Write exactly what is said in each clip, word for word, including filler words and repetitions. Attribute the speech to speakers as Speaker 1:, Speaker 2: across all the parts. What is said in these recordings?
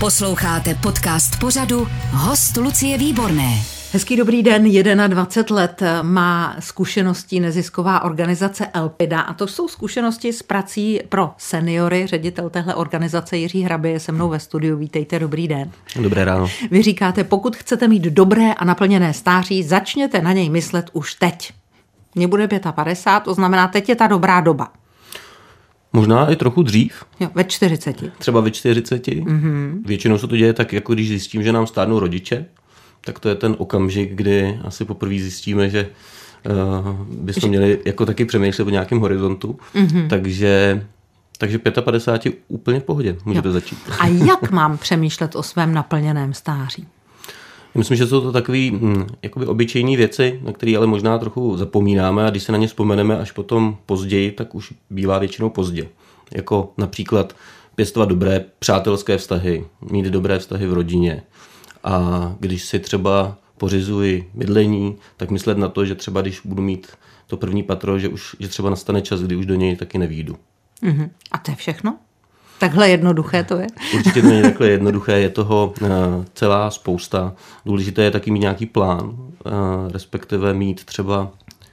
Speaker 1: Posloucháte podcast pořadu Host Lucie Výborné.
Speaker 2: Hezký dobrý den, dvacet jedna let má zkušeností nezisková organizace Elpida a to jsou zkušenosti s prací pro seniory. Ředitel téhle organizace Jiří Hrabě je se mnou ve studiu. Vítejte, dobrý den.
Speaker 3: Dobré ráno.
Speaker 2: Vy říkáte, pokud chcete mít dobré a naplněné stáří, začněte na něj myslet už teď. Mně bude padesát pět, to znamená, teď je ta dobrá doba.
Speaker 3: Možná i trochu dřív.
Speaker 2: Jo, ve čtyřiceti.
Speaker 3: Třeba ve čtyřiceti.
Speaker 2: Mm-hmm.
Speaker 3: Většinou se to děje tak, jako když zjistím, že nám stárnou rodiče, tak to je ten okamžik, kdy asi poprvé zjistíme, že uh, bychom že... měli jako taky přemýšlet o nějakém horizontu. Mm-hmm. Takže, takže padesát pět je úplně v pohodě. Můžete jo. začít.
Speaker 2: A jak mám přemýšlet o svém naplněném stáří?
Speaker 3: Myslím, že jsou to takové hm, jakoby obyčejné věci, na které ale možná trochu zapomínáme a když se na ně vzpomeneme až potom později, tak už bývá většinou pozdě. Jako například pěstovat dobré přátelské vztahy, mít dobré vztahy v rodině. A když si třeba pořizuji bydlení, tak myslet na to, že třeba když budu mít to první patro, že, už, že třeba nastane čas, kdy už do něj taky nevyjdu.
Speaker 2: Mm-hmm. A to je všechno? Takhle jednoduché to je?
Speaker 3: Určitě to není takhle jednoduché, je toho uh, celá spousta. Důležité je taky mít nějaký plán, uh, respektive mít třeba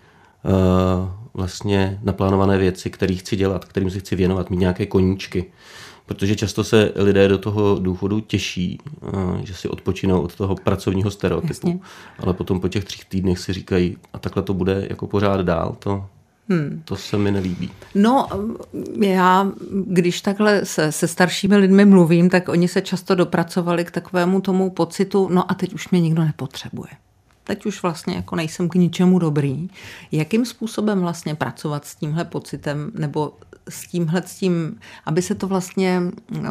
Speaker 3: uh, vlastně naplánované věci, které chci dělat, kterým si chci věnovat, mít nějaké koníčky. Protože často se lidé do toho důchodu těší, uh, že si odpočinou od toho pracovního stereotypu. Jasně. Ale potom po těch třích týdnech si říkají, a takhle to bude jako pořád dál, to... Hmm. To se mi nelíbí.
Speaker 2: No, já, když takhle se, se staršími lidmi mluvím, tak oni se často dopracovali k takovému tomu pocitu, no a teď už mě nikdo nepotřebuje. Teď už vlastně jako nejsem k ničemu dobrý. Jakým způsobem vlastně pracovat s tímhle pocitem, nebo s tímhle, s tím, aby se to vlastně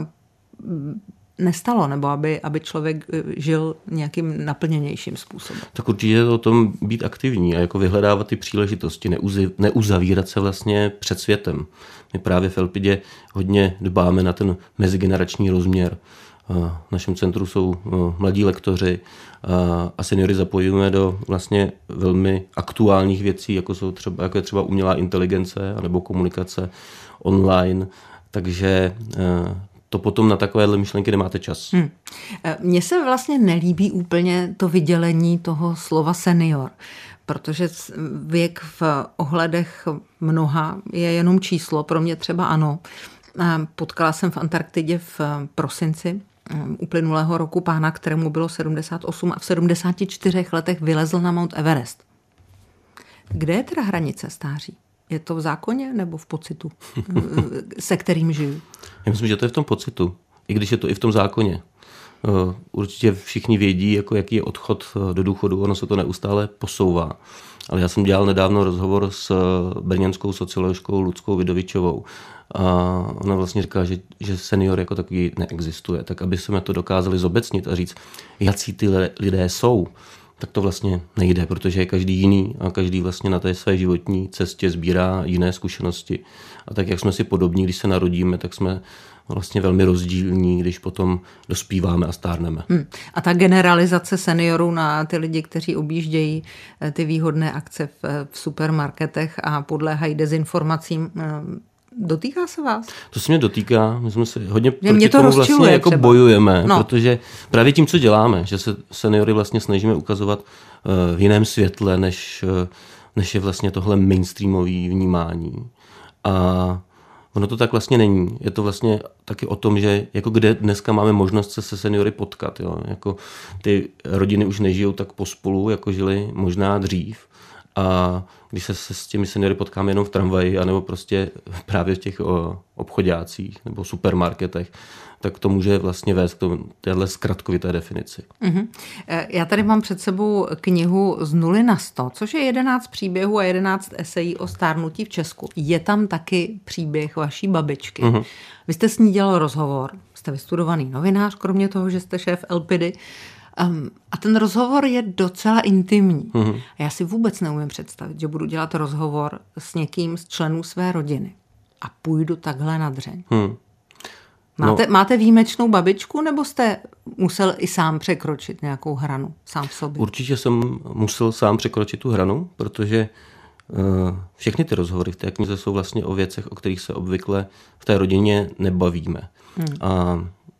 Speaker 2: nestalo, nebo aby, aby člověk žil nějakým naplněnějším způsobem?
Speaker 3: Tak určitě je to o tom být aktivní a jako vyhledávat ty příležitosti, neuzi, neuzavírat se vlastně před světem. My právě v Elpidě hodně dbáme na ten mezigenerační rozměr. V našem centru jsou mladí lektoři a seniory zapojíme do vlastně velmi aktuálních věcí, jako, jsou třeba, jako je třeba umělá inteligence nebo komunikace online, takže to potom na takovéhle myšlenky nemáte čas. Hmm.
Speaker 2: Mně se vlastně nelíbí úplně to vydělení toho slova senior, protože věk v ohledech mnoha je jenom číslo, pro mě třeba ano. Potkala jsem v Antarktidě v prosinci uplynulého roku pána, kterému bylo sedmdesát osm a v sedmdesáti čtyřech letech vylezl na Mount Everest. Kde je teda hranice stáří? Je to v zákoně nebo v pocitu, se kterým žiju?
Speaker 3: Já myslím, že to je v tom pocitu, i když je to i v tom zákoně. Určitě všichni vědí, jako jaký je odchod do důchodu, ono se to neustále posouvá. Ale já jsem dělal nedávno rozhovor s brněnskou socioložkou Luckou Vidovičovou. A ona vlastně říká, že, že senior jako takový neexistuje. Tak aby jsme to dokázali zobecnit a říct, jací ty lidé jsou, tak to vlastně nejde, protože je každý jiný a každý vlastně na té své životní cestě sbírá jiné zkušenosti. A tak, jak jsme si podobní, když se narodíme, tak jsme vlastně velmi rozdílní, když potom dospíváme a stárneme. Hmm.
Speaker 2: A ta generalizace seniorů na ty lidi, kteří objíždějí ty výhodné akce v, v supermarketech a podléhají dezinformacím, dotýká se vás?
Speaker 3: To se mě dotýká, my jsme si hodně
Speaker 2: že
Speaker 3: proti tomu vlastně jako
Speaker 2: třeba.
Speaker 3: bojujeme,
Speaker 2: no.
Speaker 3: protože právě tím, co děláme, že se seniory vlastně snažíme ukazovat v jiném světle, než, než je vlastně tohle mainstreamové vnímání. A ono to tak vlastně není. Je to vlastně taky o tom, že jako kde dneska máme možnost se se seniory potkat. Jo? Jako ty rodiny už nežijou tak pospolu, jako žili možná dřív. A když se, se s těmi seniory potkáme jenom v tramvaji anebo prostě právě v těch o, obchodácích nebo supermarketech, tak to může vlastně vést k tomu, téhle zkratkovité definici.
Speaker 2: Mm-hmm. Já tady mám před sebou knihu Z nuly na sto, což je jedenáct příběhů a jedenáct esejí o stárnutí v Česku. Je tam taky příběh vaší babičky. Mm-hmm. Vy jste s ní dělal rozhovor, jste vystudovaný novinář, kromě toho, že jste šéf Elpidy. Um, a ten rozhovor je docela intimní. Mm-hmm. A já si vůbec neumím představit, že budu dělat rozhovor s někým z členů své rodiny a půjdu takhle na dřeň. Mm. Máte, no, máte výjimečnou babičku, nebo jste musel i sám překročit nějakou hranu sám v sobě?
Speaker 3: Určitě jsem musel sám překročit tu hranu, protože uh, všechny ty rozhovory v té knize jsou vlastně o věcech, o kterých se obvykle v té rodině nebavíme. Hmm. A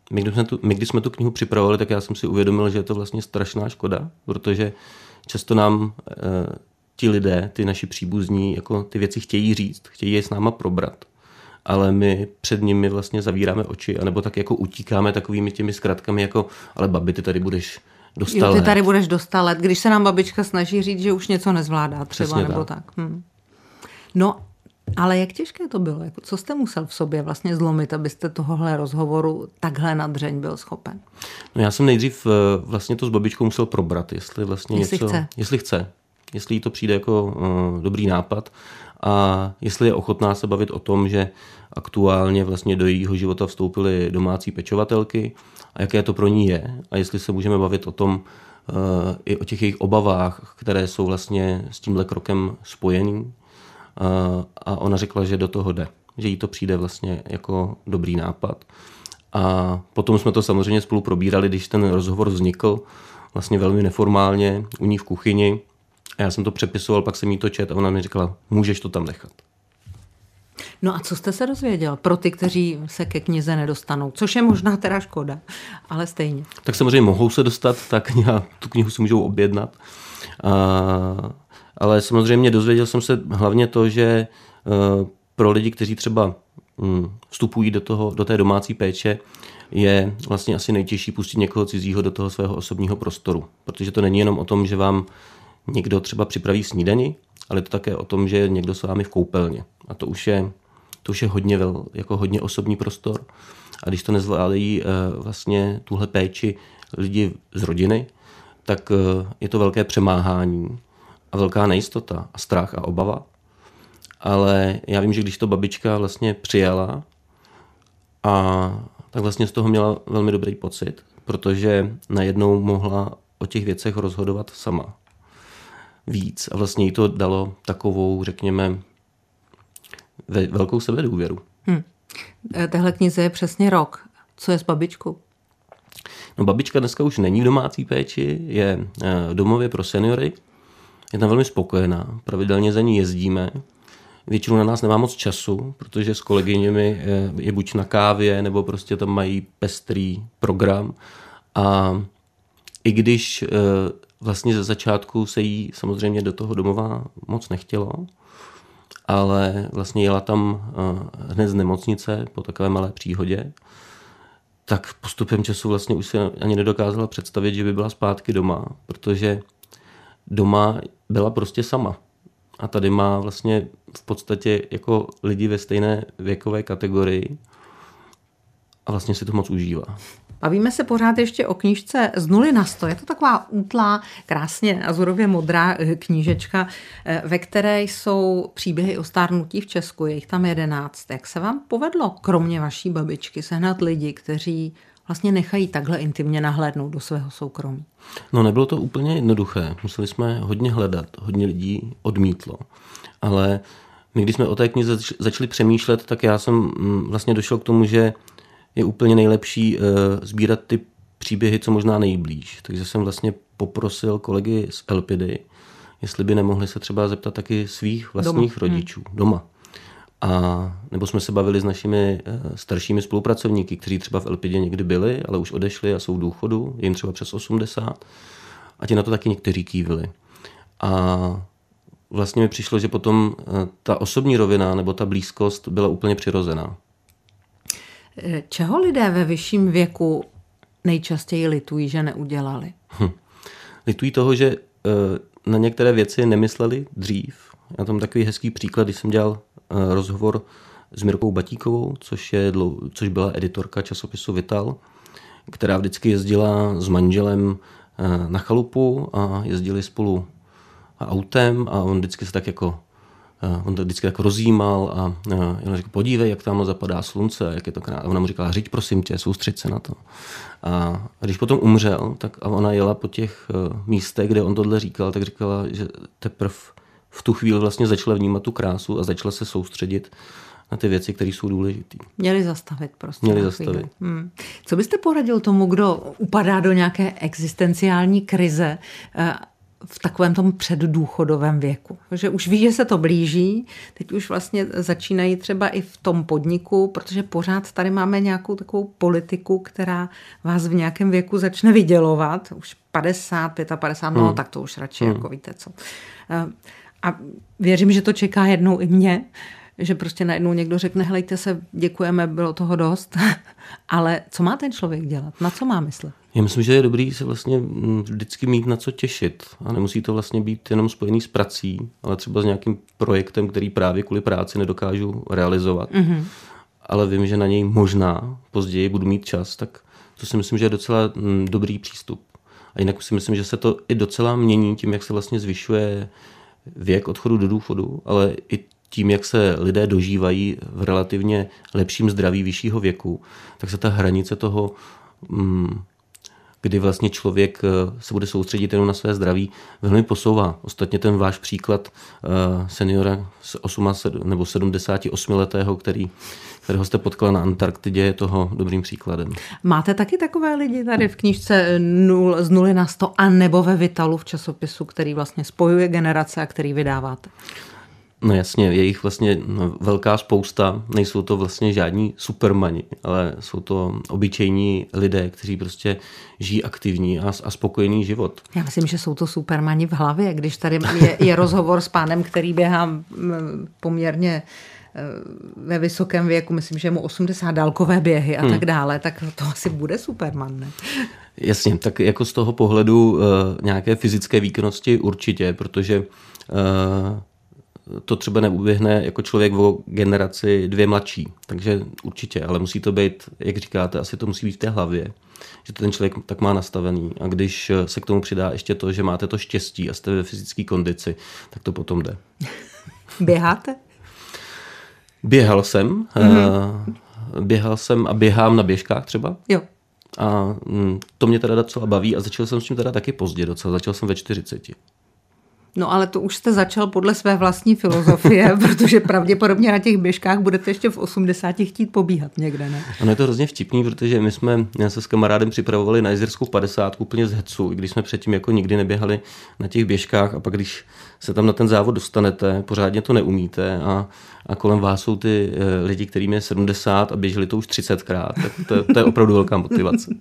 Speaker 3: my když, jsme tu, my, když jsme tu knihu připravovali, tak já jsem si uvědomil, že je to vlastně strašná škoda, protože často nám e, ti lidé, ty naši příbuzní, jako ty věci chtějí říct, chtějí je s náma probrat, ale my před nimi vlastně zavíráme oči, anebo tak jako utíkáme takovými těmi zkratkami, jako ale babi, ty tady budeš do sta
Speaker 2: jo,
Speaker 3: let.
Speaker 2: ty tady budeš do sta let, když se nám babička snaží říct, že už něco nezvládá třeba,
Speaker 3: Přesně
Speaker 2: nebo tak. tak. Hm. No, ale jak těžké to bylo? Co jste musel v sobě vlastně zlomit, abyste tohohle rozhovoru takhle na dřeň byl schopen?
Speaker 3: No já jsem nejdřív vlastně to s babičkou musel probrat, jestli vlastně
Speaker 2: jestli
Speaker 3: něco...
Speaker 2: Chce.
Speaker 3: Jestli chce. Jestli jí to přijde jako uh, dobrý nápad a jestli je ochotná se bavit o tom, že aktuálně vlastně do jejího života vstoupily domácí pečovatelky a jaké to pro ní je a jestli se můžeme bavit o tom uh, i o těch jejich obavách, které jsou vlastně s tímhle krokem spojený. Uh, a ona řekla, že do toho jde, že jí to přijde vlastně jako dobrý nápad. A potom jsme to samozřejmě spolu probírali, když ten rozhovor vznikl, vlastně velmi neformálně u ní v kuchyni. A já jsem to přepisoval, pak jsem jí to čet a ona mi říkala, můžeš to tam nechat.
Speaker 2: No a co jste se dozvěděl pro ty, kteří se ke knize nedostanou? Což je možná teda škoda, ale stejně.
Speaker 3: Tak samozřejmě mohou se dostat, tak tu knihu si můžou objednat. A, ale samozřejmě dozvěděl jsem se hlavně to, že pro lidi, kteří třeba vstupují do, toho, do té domácí péče, je vlastně asi nejtěžší pustit někoho cizího do toho svého osobního prostoru. Protože to není jenom o tom, že vám někdo třeba připraví snídani, ale je to také o tom, že je někdo s vámi v koupelně. A to už je, to už je hodně, vel, jako hodně osobní prostor. A když to nezvládají vlastně tuhle péči lidi z rodiny, tak je to velké přemáhání a velká nejistota a strach a obava. Ale já vím, že když to babička vlastně přijala, a tak vlastně z toho měla velmi dobrý pocit, protože najednou mohla o těch věcech rozhodovat sama víc. A vlastně jí to dalo takovou, řekněme, velkou sebedůvěru.
Speaker 2: Hmm. Téhle knize je přesně rok. Co je s babičkou?
Speaker 3: No, babička dneska už není v domácí péči, je v domově pro seniory. Je tam velmi spokojená, pravidelně za ní jezdíme. Většinou na nás nemá moc času, protože s kolegyněmi je buď na kávě, nebo prostě tam mají pestrý program. A i když vlastně ze začátku se jí samozřejmě do toho domova moc nechtělo, ale vlastně jela tam hned z nemocnice po takové malé příhodě, tak postupem času vlastně už se ani nedokázala představit, že by byla zpátky doma, protože doma byla prostě sama. A tady má vlastně v podstatě jako lidi ve stejné věkové kategorii a vlastně si to moc užívá.
Speaker 2: Bavíme se pořád ještě o knížce Z nuly na sto. Je to taková útlá, krásně azurově modrá knížečka, ve které jsou příběhy o stárnutí v Česku. Je jich tam jedenáct. Jak se vám povedlo, kromě vaší babičky, sehnat lidi, kteří vlastně nechají takhle intimně nahlédnout do svého soukromí?
Speaker 3: No, nebylo to úplně jednoduché. Museli jsme hodně hledat, hodně lidí odmítlo. Ale my, když jsme o té knize začali přemýšlet, tak já jsem vlastně došel k tomu, že je úplně nejlepší sbírat ty příběhy, co možná nejblíž. Takže jsem vlastně poprosil kolegy z Elpidy, jestli by nemohli se třeba zeptat taky svých vlastních doma. rodičů hmm. doma. A nebo jsme se bavili s našimi staršími spolupracovníky, kteří třeba v Elpidě někdy byli, ale už odešli a jsou v důchodu, je jim třeba přes osmdesát. A ti na to taky někteří kývili. A vlastně mi přišlo, že potom ta osobní rovina nebo ta blízkost byla úplně přirozená.
Speaker 2: Čeho lidé ve vyšším věku nejčastěji litují, že neudělali?
Speaker 3: Hm. Litují toho, že na některé věci nemysleli dřív. Já tam takový hezký příklad, když jsem dělal rozhovor s Mirkou Batíkovou, což, je, což byla editorka časopisu Vital, která vždycky jezdila s manželem na chalupu a jezdili spolu autem a on vždycky se tak jako on to vždycky tak rozjímal a on řekl, podívej, jak tam zapadá slunce, jak je to krásné. A ona mu říkala, řiď prosím tě, soustřeď se na to. A když potom umřel, tak a ona jela po těch místech, kde on tohle říkal, tak říkala, že teprve v tu chvíli vlastně začala vnímat tu krásu a začala se soustředit na ty věci, které jsou důležité.
Speaker 2: Měli zastavit prostě.
Speaker 3: Měli zastavit.
Speaker 2: Hmm. Co byste poradil tomu, kdo upadá do nějaké existenciální krize v takovém tom předdůchodovém věku. Že už ví, že se to blíží, teď už vlastně začínají třeba i v tom podniku, protože pořád tady máme nějakou takovou politiku, která vás v nějakém věku začne vydělovat. Už padesát, padesát pět, no
Speaker 3: hmm.
Speaker 2: tak to už radši, hmm. jako víte co. A věřím, že to čeká jednou i mě, že prostě najednou někdo řekne, helejte se, děkujeme, bylo toho dost. Ale co má ten člověk dělat? Na co má myslet?
Speaker 3: Já myslím, že je dobrý se vlastně vždycky mít na co těšit. A nemusí to vlastně být jenom spojený s prací, ale třeba s nějakým projektem, který právě kvůli práci nedokážu realizovat. Mm-hmm. Ale vím, že na něj možná později budu mít čas, tak to si myslím, že je docela dobrý přístup. A jinak si myslím, že se to i docela mění tím, jak se vlastně zvyšuje věk odchodu do důchodu, ale i tím, jak se lidé dožívají v relativně lepším zdraví vyššího věku, tak se ta hranice toho, kdy vlastně člověk se bude soustředit jenom na své zdraví, velmi posouvá. Ostatně ten váš příklad seniora z osmdesát nebo sedmdesáti osmi letého, který, kterého jste potkala na Antarktidě, je toho dobrým příkladem.
Speaker 2: Máte taky takové lidi tady v knížce nul, z nuly na sto a nebo ve Vitalu v časopisu, který vlastně spojuje generace a který vydáváte?
Speaker 3: No jasně, je jich vlastně velká spousta, nejsou to vlastně žádní supermani, ale jsou to obyčejní lidé, kteří prostě žijí aktivní a, a spokojený život.
Speaker 2: Já myslím, že jsou to supermani v hlavě, když tady je, je rozhovor s pánem, který běhá poměrně ve vysokém věku, myslím, že je mu osmdesát, dálkové běhy a hmm. tak dále, tak to asi bude superman, ne?
Speaker 3: Jasně, tak jako z toho pohledu uh, nějaké fyzické výkonnosti určitě, protože uh, to třeba neuběhne jako člověk o generaci dvě mladší, takže určitě, ale musí to být, jak říkáte, asi to musí být v té hlavě, že to ten člověk tak má nastavený a když se k tomu přidá ještě to, že máte to štěstí a jste ve fyzické kondici, tak to potom jde.
Speaker 2: Běháte?
Speaker 3: Běhal jsem, mm-hmm. běhal jsem a běhám na běžkách třeba.
Speaker 2: Jo.
Speaker 3: A to mě teda docela baví a začal jsem s tím teda taky pozdě docela, začal jsem ve čtyřiceti.
Speaker 2: No ale to už jste začal podle své vlastní filozofie, protože pravděpodobně na těch běžkách budete ještě v osmdesáti chtít pobíhat někde, ne?
Speaker 3: Ano, je to hrozně vtipný, protože my jsme se s kamarádem připravovali na jezerskou padesátku úplně z hecu, i když jsme předtím jako nikdy neběhali na těch běžkách a pak když se tam na ten závod dostanete, pořádně to neumíte a, a kolem vás jsou ty e, lidi, kterým je sedmdesát a běželi to už třicetkrát, tak to, to je opravdu velká motivace.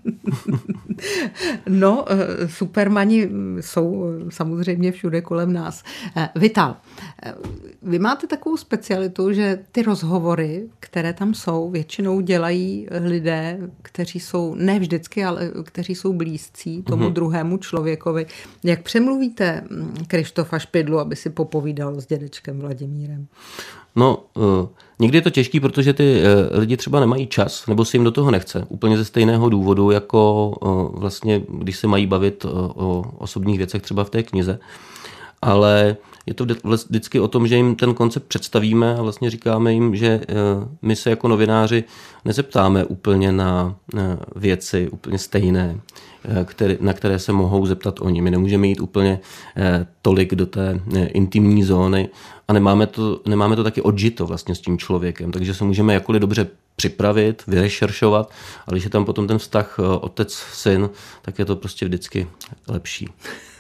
Speaker 2: No, supermani jsou samozřejmě všude kolem nás. Vital, vy máte takovou specialitu, že ty rozhovory, které tam jsou, většinou dělají lidé, kteří jsou, ne vždycky, ale kteří jsou blízcí tomu mm-hmm. druhému člověkovi. Jak přemluvíte Krištofa Špidlu, aby si popovídal s dědečkem Vladimírem?
Speaker 3: No, uh, někdy je to těžký, protože ty uh, lidi třeba nemají čas, nebo se jim do toho nechce. Úplně ze stejného důvodu, jako uh, vlastně, když se mají bavit uh, o osobních věcech třeba v té knize. Ale je to vždycky o tom, že jim ten koncept představíme a vlastně říkáme jim, že uh, my se jako novináři nezeptáme úplně na uh, věci úplně stejné, Které, na které se mohou zeptat oni. My nemůžeme jít úplně eh, tolik do té eh, intimní zóny a nemáme to, nemáme to taky odžito vlastně s tím člověkem, takže se můžeme jakkoliv dobře připravit, vyrešeršovat, ale když je tam potom ten vztah eh, otec-syn, tak je to prostě vždycky lepší.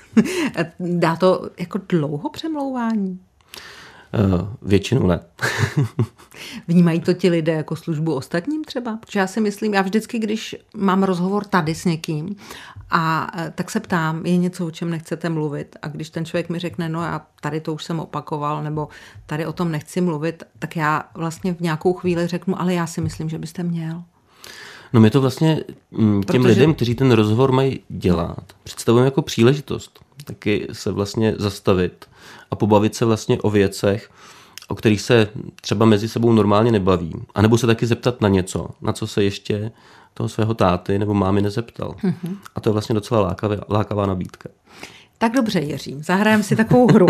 Speaker 2: Dá to jako dlouho přemlouvání?
Speaker 3: Uh, většinou ne.
Speaker 2: Vnímají to ti lidé jako službu ostatním třeba? Protože já si myslím, já vždycky, když mám rozhovor tady s někým, a tak se ptám, je něco, o čem nechcete mluvit? A když ten člověk mi řekne, no já tady to už jsem opakoval, nebo tady o tom nechci mluvit, tak já vlastně v nějakou chvíli řeknu, ale já si myslím, že byste měl.
Speaker 3: No my to vlastně těm Protože... lidem, kteří ten rozhovor mají dělat, představujeme jako příležitost taky se vlastně zastavit a pobavit se vlastně o věcech, o kterých se třeba mezi sebou normálně nebaví. A nebo se taky zeptat na něco, na co se ještě toho svého táty nebo mámy nezeptal. Mm-hmm. A to je vlastně docela lákavá, lákavá nabídka.
Speaker 2: Tak dobře, Jiří, zahrajeme si takovou hru.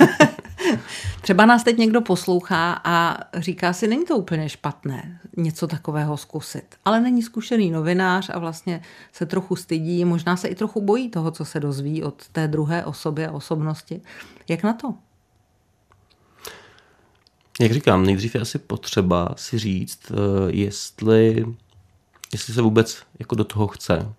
Speaker 2: Třeba nás teď někdo poslouchá a říká si, není to úplně špatné něco takového zkusit. Ale není zkušený novinář a vlastně se trochu stydí, možná se i trochu bojí toho, co se dozví od té druhé osoby a osobnosti. Jak na to?
Speaker 3: Jak říkám, nejdřív je asi potřeba si říct, jestli, jestli se vůbec jako do toho chce.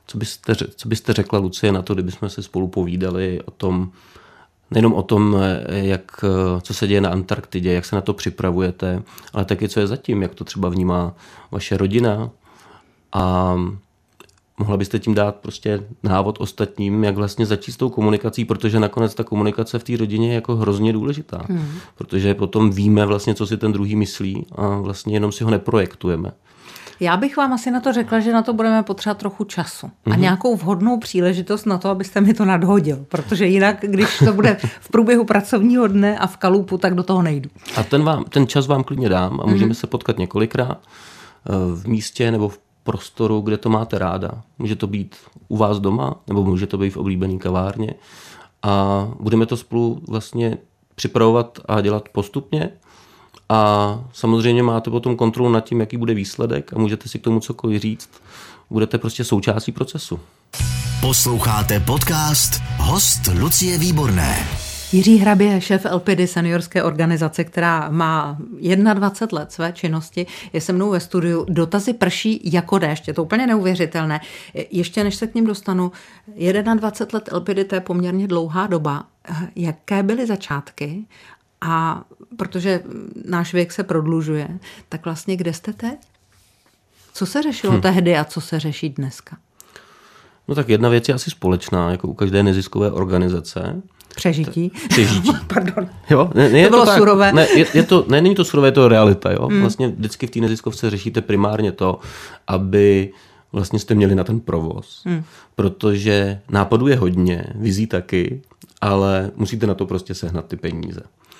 Speaker 3: co byste, co byste řekla, Lucie, na to, kdybychom se spolu povídali o tom, nejenom o tom, jak, co se děje na Antarktidě, jak se na to připravujete, ale taky, co je zatím, jak to třeba vnímá vaše rodina a mohla byste tím dát prostě návod ostatním, jak vlastně začít s tou komunikací, protože nakonec ta komunikace v té rodině je jako hrozně důležitá, hmm. protože potom víme vlastně, co si ten druhý myslí a vlastně jenom si ho neprojektujeme.
Speaker 2: Já bych vám asi na to řekla, že na to budeme potřebovat trochu času a mm-hmm. nějakou vhodnou příležitost na to, abyste mi to nadhodil, protože jinak, když to bude v průběhu pracovního dne a v kalupu, tak do toho nejdu.
Speaker 3: A ten, vám, ten čas vám klidně dám a můžeme mm-hmm. se potkat několikrát v místě nebo v prostoru, kde to máte ráda. Může to být u vás doma, nebo může to být v oblíbené kavárně a budeme to spolu vlastně připravovat a dělat postupně. A samozřejmě máte potom kontrolu nad tím, jaký bude výsledek a můžete si k tomu cokoliv říct. Budete prostě součástí procesu.
Speaker 1: Posloucháte podcast Host Lucie Výborné.
Speaker 2: Jiří Hrabě, šéf Elpidy, seniorské organizace, která má dvacet jedna let své činnosti, je se mnou ve studiu. Dotazy prší jako déšť, je to úplně neuvěřitelné. Ještě než se k ním dostanu, dvacet jedna let Elpidy, to je poměrně dlouhá doba. Jaké byly začátky? A protože náš věk se prodlužuje, tak vlastně kde jste teď? Co se řešilo hm. tehdy a co se řeší dneska?
Speaker 3: No tak jedna věc je asi společná, jako u každé neziskové organizace.
Speaker 2: Přežití.
Speaker 3: Přežití.
Speaker 2: Pardon.
Speaker 3: Jo, ne, ne,
Speaker 2: to
Speaker 3: je
Speaker 2: bylo
Speaker 3: to tak,
Speaker 2: surové.
Speaker 3: Ne, je, je to, ne, není to surové, je to realita. Jo? Hmm. Vlastně vždycky v té neziskovce řešíte primárně to, aby vlastně jste měli na ten provoz. Hmm. Protože nápadů je hodně, vizí taky, ale musíte na to prostě sehnat ty peníze.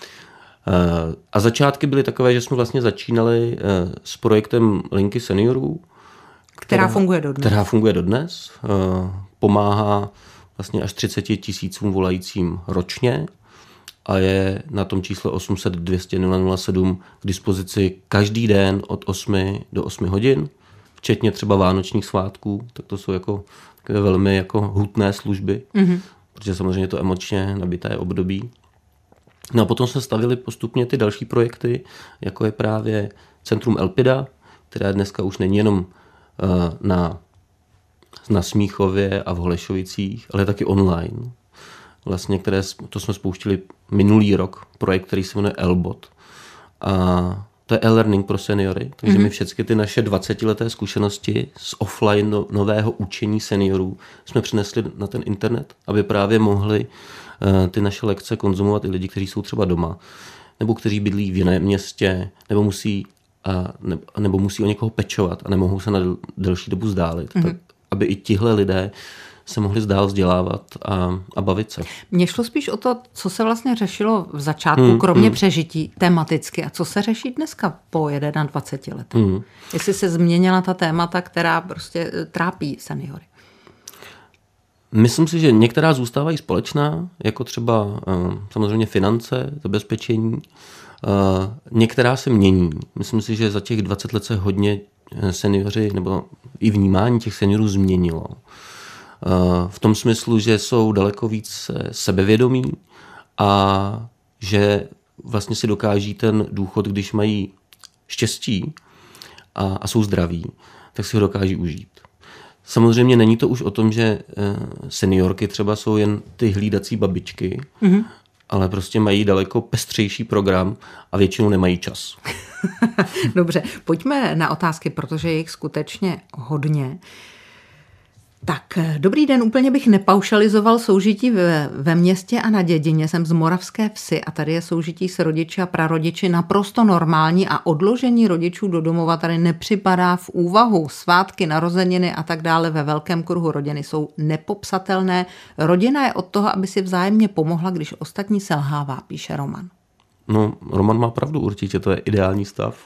Speaker 3: A začátky byly takové, že jsme vlastně začínali s projektem Linky seniorů,
Speaker 2: která, která funguje dodnes.
Speaker 3: Která funguje dodnes. Pomáhá vlastně až třicet tisícům volajícím ročně a je na tom čísle osm set dva sta nula nula sedm k dispozici každý den od osmi do osmi hodin, včetně třeba vánočních svátků, tak to jsou jako takové velmi jako hutné služby, mm-hmm. protože samozřejmě to emočně nabité období. No a potom se stavily postupně ty další projekty, jako je právě Centrum Elpida, které dneska už není jenom uh, na, na Smíchově a v Holešovicích, ale taky online. Vlastně, které, to jsme spouštili minulý rok, projekt, který se jmenuje Elbot. A to je e-learning pro seniory, takže mm-hmm. my všechny ty naše dvacetileté zkušenosti z offline no, nového učení seniorů jsme přinesli na ten internet, aby právě mohli ty naše lekce konzumovat i lidi, kteří jsou třeba doma, nebo kteří bydlí v jiném městě, nebo musí, a, ne, nebo musí o někoho pečovat a nemohou se na del, delší dobu vzdálit. Mm-hmm. Tak, aby i tihle lidé se mohli zdál vzdělávat a, a bavit se.
Speaker 2: Mně šlo spíš o to, co se vlastně řešilo v začátku, hmm, kromě hmm. přežití tematicky a co se řeší dneska po dvaceti jedna letech. Hmm. Jestli se změnila ta témata, která prostě trápí seniory.
Speaker 3: Myslím si, že některá zůstávají společná, jako třeba samozřejmě finance, zabezpečení. Některá se mění. Myslím si, že za těch dvacet let se hodně seniori nebo i vnímání těch seniorů změnilo. V tom smyslu, že jsou daleko víc sebevědomí a že vlastně si dokáží ten důchod, když mají štěstí a, a jsou zdraví, tak si ho dokáží užít. Samozřejmě není to už o tom, že seniorky třeba jsou jen ty hlídací babičky, mm-hmm. ale prostě mají daleko pestřejší program a většinou nemají čas.
Speaker 2: Dobře, pojďme na otázky, protože je jich skutečně hodně. Tak, dobrý den, úplně bych nepaušalizoval soužití ve, ve městě a na dědině. Jsem z Moravské Vsi a tady je soužití s rodiči a prarodiči naprosto normální a odložení rodičů do domova tady nepřipadá v úvahu. Svátky, narozeniny a tak dále ve velkém kruhu rodiny jsou nepopsatelné. Rodina je od toho, aby si vzájemně pomohla, když ostatní selhává, píše Roman.
Speaker 3: No, Roman má pravdu, určitě to je ideální stav.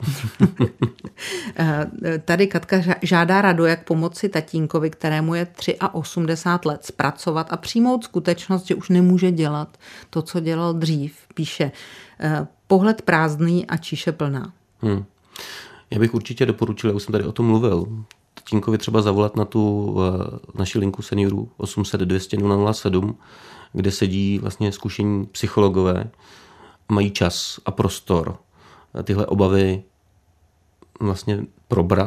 Speaker 2: Tady Katka žádá radu, jak pomoci tatínkovi, kterému je osmdesát tři let, zpracovat a přijmout skutečnost, že už nemůže dělat to, co dělal dřív. Píše, pohled prázdný a číše plná. Hmm.
Speaker 3: Já bych určitě doporučil, já už jsem tady o tom mluvil, tatínkovi třeba zavolat na tu naši linku seniorů osm set dva sta nula nula sedm, kde sedí vlastně zkušení psychologové, mají čas a prostor tyhle obavy vlastně probrat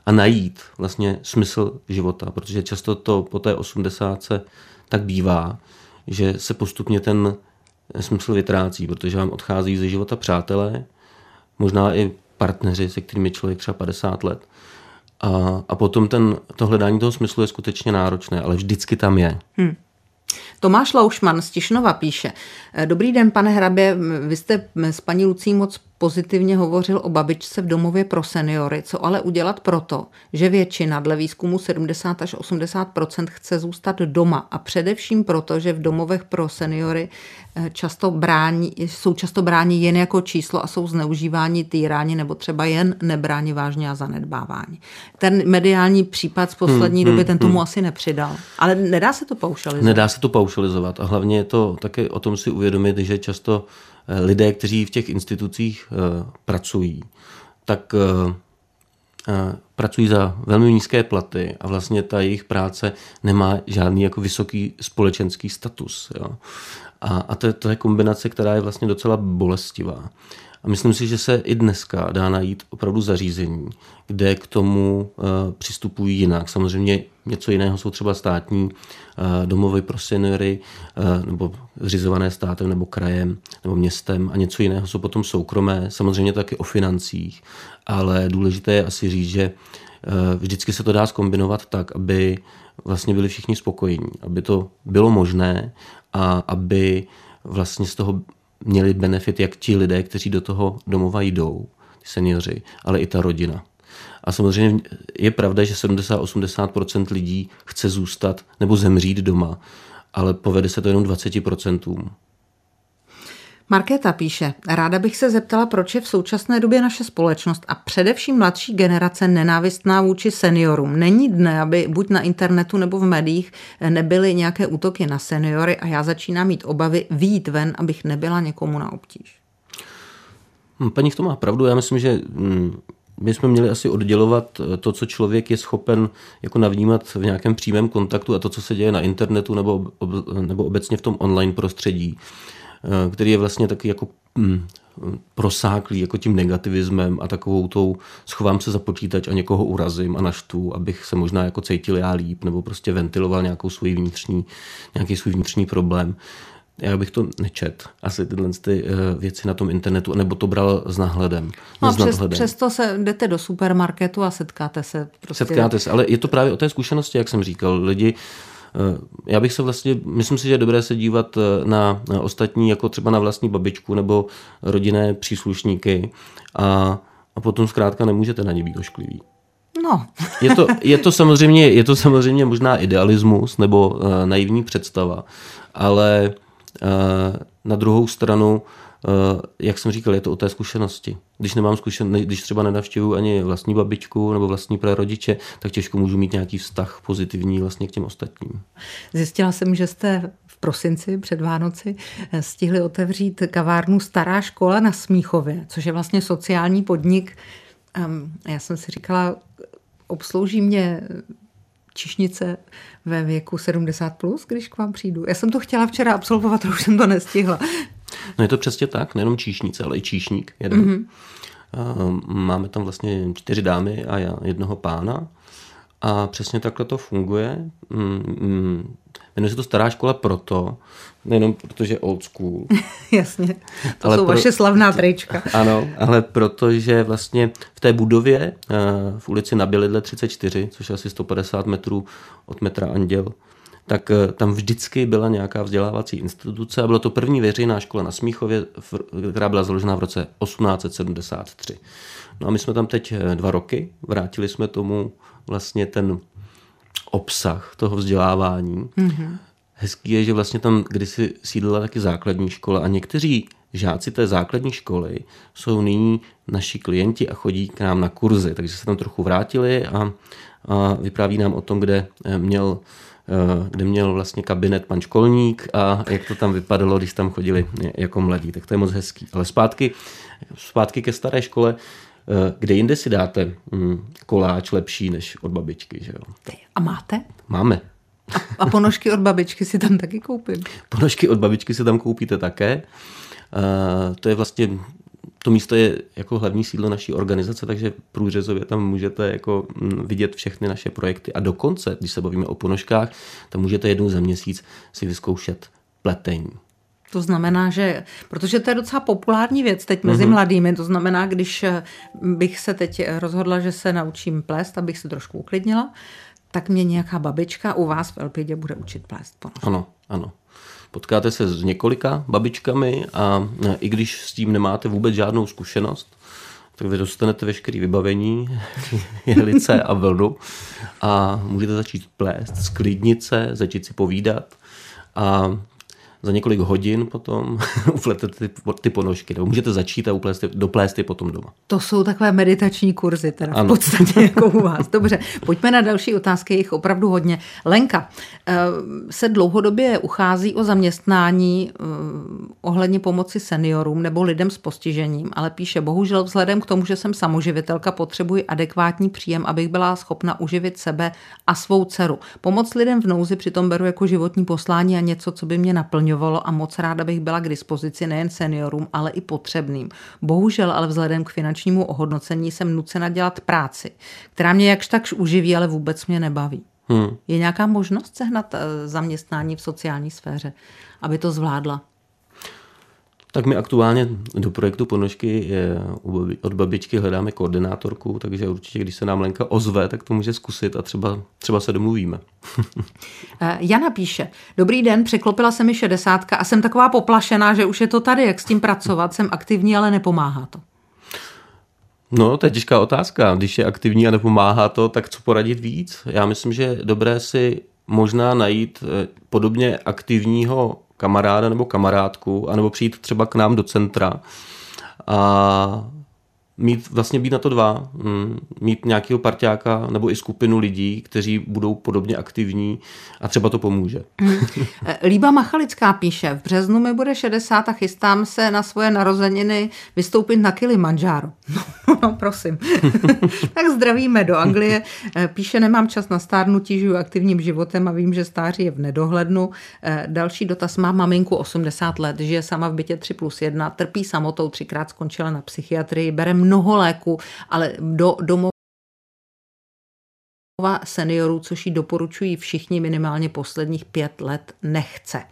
Speaker 3: a najít vlastně smysl života, protože často to po té osmdesátce tak bývá, že se postupně ten smysl vytrácí, protože vám odchází ze života přátelé, možná i partneři, se kterými člověk třeba padesát let. A, a potom ten, to hledání toho smyslu je skutečně náročné, ale vždycky tam je. Hmm.
Speaker 2: Tomáš Laušman z Tišnova píše. Dobrý den, pane Hrabě, vy jste s paní Lucí moc pozitivně hovořil o babičce v domově pro seniory, co ale udělat proto, že většina, dle výzkumu sedmdesát až osmdesát procent chce zůstat doma a především proto, že v domovech pro seniory často brání, jsou často bráni jen jako číslo a jsou zneužíváni, týráni nebo třeba jen nebráni vážně a zanedbávání. Ten mediální případ z poslední hmm, doby, hmm, ten tomu hmm. asi nepřidal. Ale nedá se to paušalizovat.
Speaker 3: Nedá se to paušalizovat a hlavně je to také o tom si uvědomit, že často lidé, kteří v těch institucích uh, pracují, tak uh, uh, pracují za velmi nízké platy a vlastně ta jejich práce nemá žádný jako vysoký společenský status. Jo. A, a to, to je kombinace, která je vlastně docela bolestivá. A myslím si, že se i dneska dá najít opravdu zařízení, kde k tomu uh, přistupují jinak. Samozřejmě něco jiného jsou třeba státní uh, domovy pro seniory, uh, nebo zřizované státem nebo krajem nebo městem, a něco jiného jsou potom soukromé, samozřejmě taky o financích, ale důležité je asi říct, že uh, vždycky se to dá zkombinovat tak, aby vlastně byli všichni spokojení, aby to bylo možné a aby vlastně z toho měli benefit jak ti lidé, kteří do toho domova jdou, ty seniori, ale i ta rodina. A samozřejmě je pravda, že sedmdesát až osmdesát procent lidí chce zůstat nebo zemřít doma, ale povede se to jenom dvacet procent.
Speaker 2: Markéta píše, ráda bych se zeptala, proč je v současné době naše společnost a především mladší generace nenávistná vůči seniorům. Není dne, aby buď na internetu nebo v médiích nebyly nějaké útoky na seniory a já začínám mít obavy vyjít ven, abych nebyla někomu na obtíž.
Speaker 3: Paní v tom má pravdu, já myslím, že my jsme měli asi oddělovat to, co člověk je schopen jako navnímat v nějakém přímém kontaktu a to, co se děje na internetu nebo, nebo obecně v tom online prostředí, který je vlastně taky jako mm, prosáklý jako tím negativismem a takovou tou schovám se za počítač a někoho urazím a naštvu, abych se možná jako cítil já líp nebo prostě ventiloval nějakou svůj vnitřní, nějaký svůj vnitřní problém. Já bych to nečet, asi tyhle ty věci na tom internetu, nebo to bral s náhledem.
Speaker 2: No přes, přesto se jdete do supermarketu a setkáte se. Prostě...
Speaker 3: Setkáte se, ale je to právě o té zkušenosti, jak jsem říkal. Lidi, já bych se vlastně, myslím si, že je dobré se dívat na, na ostatní, jako třeba na vlastní babičku nebo rodinné příslušníky a, a potom zkrátka nemůžete na ně být ošklivý.
Speaker 2: No.
Speaker 3: je, to, je, to samozřejmě, je to samozřejmě možná idealismus nebo uh, naivní představa, ale uh, na druhou stranu, uh, jak jsem říkal, je to o té zkušenosti. Když nemám zkušen, když třeba nenavštěvuju ani vlastní babičku nebo vlastní prarodiče, tak těžko můžu mít nějaký vztah pozitivní vlastně k těm ostatním.
Speaker 2: Zjistila jsem, že jste v prosinci před Vánoci stihli otevřít kavárnu Stará škola na Smíchově, což je vlastně sociální podnik. Um, já jsem si říkala, obslouží mě číšnice ve věku sedmdesát plus, když k vám přijdu. Já jsem to chtěla včera absolvovat, ale už jsem to nestihla.
Speaker 3: No je to přesně tak, nejenom číšnice, ale i číšník jeden. Mm-hmm. Máme tam vlastně čtyři dámy a já jednoho pána a přesně takhle to funguje. Jmenuje se to Stará škola proto, nejenom protože old school.
Speaker 2: Jasně, to ale jsou pro... vaše slavná trička.
Speaker 3: Ano, ale protože vlastně v té budově v ulici Na Bělidle třicet čtyři, což je asi sto padesát metrů od metra Anděl, tak tam vždycky byla nějaká vzdělávací instituce a byla to první veřejná škola na Smíchově, která byla založena v roce osmnáct set sedmdesát tři. No a my jsme tam teď dva roky, vrátili jsme tomu vlastně ten obsah toho vzdělávání. Mm-hmm. Hezký je, že vlastně tam kdysi sídlila taky základní škola a někteří žáci té základní školy jsou nyní naši klienti a chodí k nám na kurzy, takže se tam trochu vrátili a, a vypráví nám o tom, kde měl kde měl vlastně kabinet pan školník a jak to tam vypadalo, když tam chodili jako mladí. Tak to je moc hezký. Ale zpátky, zpátky ke Staré škole, kde jinde si dáte koláč lepší než od babičky. Že jo?
Speaker 2: A máte?
Speaker 3: Máme.
Speaker 2: A, a ponožky od babičky si tam taky koupím?
Speaker 3: Ponožky od babičky si tam koupíte také. To je vlastně to místo je jako hlavní sídlo naší organizace, takže průřezově tam můžete jako vidět všechny naše projekty. A dokonce, když se bavíme o ponožkách, tam můžete jednou za měsíc si vyzkoušet pletení.
Speaker 2: To znamená, že, protože to je docela populární věc teď mezi mm-hmm. mladými, to znamená, když bych se teď rozhodla, že se naučím plést, abych se trošku uklidnila, tak mě nějaká babička u vás v Elpidě bude učit plést ponožky.
Speaker 3: Ano, ano. Potkáte se s několika babičkami a i když s tím nemáte vůbec žádnou zkušenost, tak vy dostanete veškeré vybavení, jehlice a vlnu a můžete začít plést, sklidnit se, začít si povídat a za několik hodin potom upletete ty, ty ponožky. Nebo můžete začít a uplést, doplést je potom doma.
Speaker 2: To jsou takové meditační kurzy teda v ano. podstatě jako u vás. Dobře, pojďme na další otázky, jich opravdu hodně. Lenka se dlouhodobě uchází o zaměstnání ohledně pomoci seniorům nebo lidem s postižením, ale píše, bohužel vzhledem k tomu, že jsem samoživitelka, potřebuji adekvátní příjem, abych byla schopna uživit sebe a svou dceru. Pomoc lidem v nouzi přitom beru jako životní poslání a něco, co by mě naplňovalo a moc ráda bych byla k dispozici nejen seniorům, ale i potřebným. Bohužel ale vzhledem k finančnímu ohodnocení jsem nucena dělat práci, která mě jakž takž uživí, ale vůbec mě nebaví. Hmm. Je nějaká možnost sehnat zaměstnání v sociální sféře, aby to zvládla?
Speaker 3: Tak my aktuálně do projektu Ponožky od babičky hledáme koordinátorku, takže určitě, když se nám Lenka ozve, tak to může zkusit a třeba, třeba se domluvíme.
Speaker 2: Jana píše, dobrý den, překlopila se mi šedesátka a jsem taková poplašená, že už je to tady, jak s tím pracovat, jsem aktivní, ale nepomáhá to.
Speaker 3: No, to je těžká otázka. Když je aktivní a nepomáhá to, tak co poradit víc? Já myslím, že je dobré si možná najít podobně aktivního kamaráda nebo kamarádku, anebo přijít třeba k nám do centra a mít, vlastně být na to dva, mít nějakého parťáka nebo i skupinu lidí, kteří budou podobně aktivní a třeba to pomůže.
Speaker 2: Líba Machalická píše, v březnu mi bude šedesát a chystám se na svoje narozeniny vystoupit na Kilimandžáro. No, no prosím. Tak zdravíme do Anglie. Píše, nemám čas na stárnutí, žiju aktivním životem a vím, že stáří je v nedohlednu. Další dotaz, má maminku osmdesát let, žije sama v bytě tři plus jedna, trpí samotou, třikrát skončila na psychiatrii, bere mnoho léků, ale do domova seniorů, což jí doporučují všichni, minimálně posledních pět let nechce.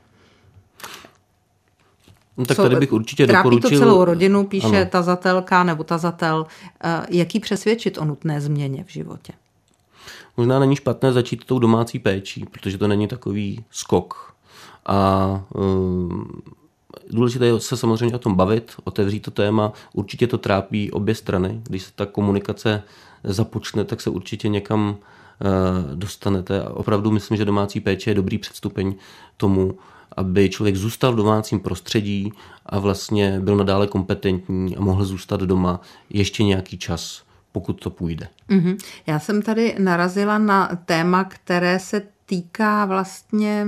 Speaker 3: No, tak tady bych určitě
Speaker 2: trápí
Speaker 3: doporučil...
Speaker 2: Trápí to celou rodinu, píše ano. tazatelka nebo tazatel. Jak jí přesvědčit o nutné změně v životě?
Speaker 3: Možná není špatné začít tou domácí péčí, protože to není takový skok. A um, důležité je se samozřejmě o tom bavit, otevřít to téma. Určitě to trápí obě strany. Když se ta komunikace započne, tak se určitě někam uh, dostanete. A opravdu myslím, že domácí péče je dobrý předstupeň tomu, aby člověk zůstal v domácím prostředí a vlastně byl nadále kompetentní a mohl zůstat doma ještě nějaký čas, pokud to půjde.
Speaker 2: Mm-hmm. Já jsem tady narazila na téma, které se týká vlastně...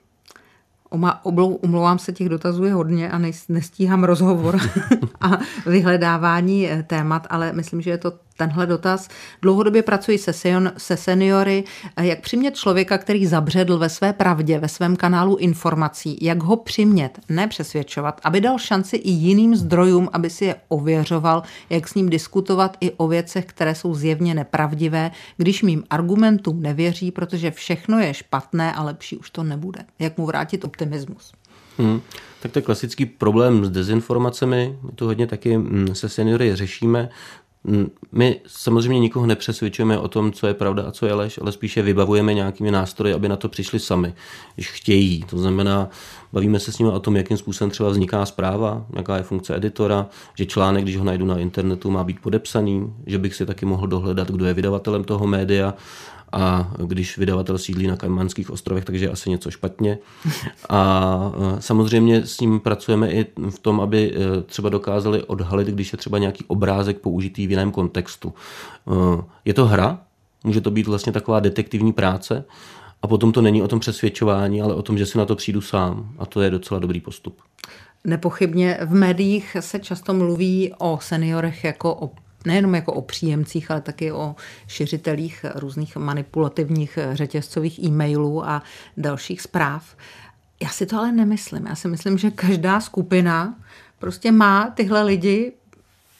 Speaker 2: Umlouvám se, těch dotazů je hodně a nestíhám rozhovor a vyhledávání témat, ale myslím, že je to tenhle dotaz. Dlouhodobě pracuji se, sen, se seniory. Jak přimět člověka, který zabředl ve své pravdě, ve svém kanálu informací, jak ho přimět, ne přesvědčovat, aby dal šanci i jiným zdrojům, aby si je ověřoval, jak s ním diskutovat i o věcech, které jsou zjevně nepravdivé, když mým argumentům nevěří, protože všechno je špatné a lepší už to nebude. Jak mu vrátit optimismus?
Speaker 3: Hmm. Tak to je klasický problém s dezinformacemi. My to hodně taky se seniory řešíme. My samozřejmě nikoho nepřesvědčujeme o tom, co je pravda a co je lež, ale spíše vybavujeme nějakými nástroji, aby na to přišli sami, když chtějí. To znamená, bavíme se s nimi o tom, jakým způsobem třeba vzniká zpráva, jaká je funkce editora, že článek, když ho najdu na internetu, má být podepsaný, že bych si taky mohl dohledat, kdo je vydavatelem toho média, a když vydavatel sídlí na Kajmanských ostrovech, takže je asi něco špatně. A samozřejmě s ním pracujeme i v tom, aby třeba dokázali odhalit, když je třeba nějaký obrázek použitý v jiném kontextu. Je to hra, může to být vlastně taková detektivní práce a potom to není o tom přesvědčování, ale o tom, že si na to přijdu sám a to je docela dobrý postup.
Speaker 2: Nepochybně v médiích se často mluví o seniorech jako o nejenom jako o příjemcích, ale taky o šiřitelích různých manipulativních řetězcových e-mailů a dalších zpráv. Já si to ale nemyslím. Já si myslím, že každá skupina prostě má tyhle lidi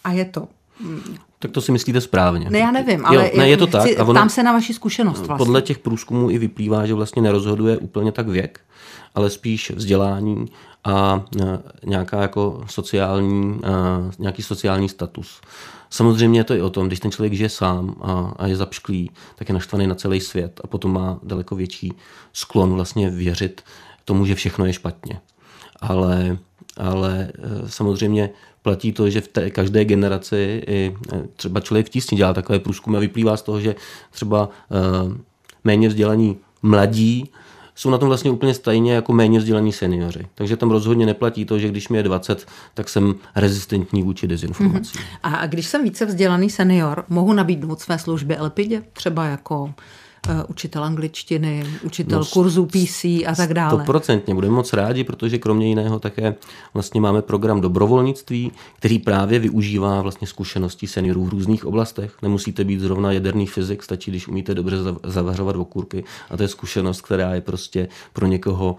Speaker 2: a je to...
Speaker 3: Tak to si myslíte správně.
Speaker 2: Ne, já nevím, ale
Speaker 3: jo, ne, je to tak.
Speaker 2: Chci, ptám se na vaši zkušenost vlastně.
Speaker 3: Podle těch průzkumů i vyplývá, že vlastně nerozhoduje úplně tak věk, ale spíš vzdělání a nějaká jako sociální, nějaký sociální status. Samozřejmě je to i o tom, když ten člověk žije sám a, a je zapšklý, tak je naštvaný na celý svět a potom má daleko větší sklon vlastně věřit tomu, že všechno je špatně. Ale, ale samozřejmě platí to, že v té každé generaci i třeba člověk v tísni dělá takové průzkumy a vyplývá z toho, že třeba méně vzdělaní mladí jsou na tom vlastně úplně stejně jako méně vzdělaní seniori. Takže tam rozhodně neplatí to, že když mi je dvacet, tak jsem rezistentní vůči dezinformacím.
Speaker 2: Mm-hmm. A když jsem více vzdělaný senior, mohu nabídnout své služby Elpidě? Třeba jako uh, učitel angličtiny, učitel no, kurzu P C a tak dále.
Speaker 3: Stoprocentně. Budeme moc rádi, protože kromě jiného také vlastně máme program dobrovolnictví, který právě využívá vlastně zkušenosti seniorů v různých oblastech. Nemusíte být zrovna jaderný fyzik, stačí, když umíte dobře zavařovat okurky. A to je zkušenost, která je prostě pro někoho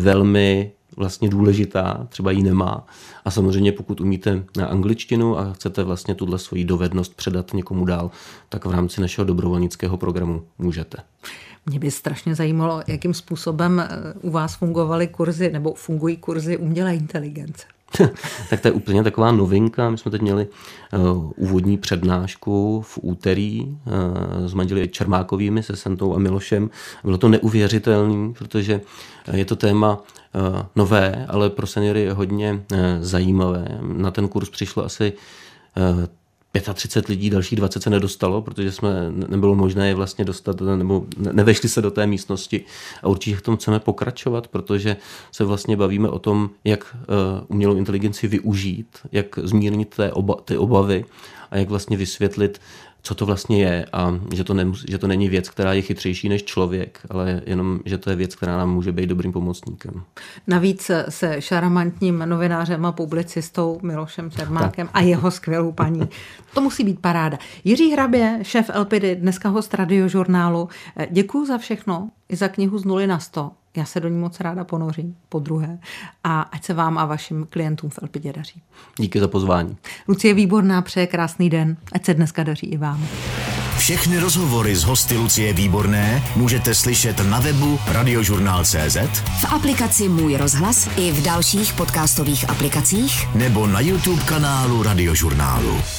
Speaker 3: velmi vlastně důležitá, třeba ji nemá. A samozřejmě pokud umíte na angličtinu a chcete vlastně tuhle svoji dovednost předat někomu dál, tak v rámci našeho dobrovolnického programu můžete.
Speaker 2: Mě by strašně zajímalo, jakým způsobem u vás fungovaly kurzy nebo fungují kurzy umělé inteligence.
Speaker 3: Tak to je úplně taková novinka. My jsme teď měli uh, úvodní přednášku v úterý uh, s manželi Čermákovými, se Sentou a Milošem. Bylo to neuvěřitelné, protože je to téma uh, nové, ale pro seniory je hodně uh, zajímavé. Na ten kurz přišlo asi uh, třicet pět lidí, dalších dvacet se nedostalo, protože jsme nebylo možné je vlastně dostat, nebo nevešli se do té místnosti. A určitě v tom chceme pokračovat, protože se vlastně bavíme o tom, jak umělou inteligenci využít, jak zmírnit té oba, ty obavy a jak vlastně vysvětlit, co to vlastně je a že to, nemus, že to není věc, která je chytřejší než člověk, ale jenom, že to je věc, která nám může být dobrým pomocníkem.
Speaker 2: Navíc se šarmantním novinářem a publicistou Milošem Čermákem tak. a jeho skvělou paní. To musí být paráda. Jiří Hrabě, šéf Elpidy, dneska host Radiožurnálu. Děkuju za všechno, i za knihu Z nuly na sto. Já se do ní moc ráda ponořím, po druhé. A ať se vám a vašim klientům v Elpidě daří.
Speaker 3: Díky za pozvání.
Speaker 2: Lucie Výborná přeje krásný den. Ať se dneska daří i vám.
Speaker 4: Všechny rozhovory s hosty Lucie Výborné můžete slyšet na webu radiožurnál tečka cé zet,
Speaker 1: v aplikaci Můj rozhlas i v dalších podcastových aplikacích
Speaker 4: nebo na YouTube kanálu Radiožurnálu.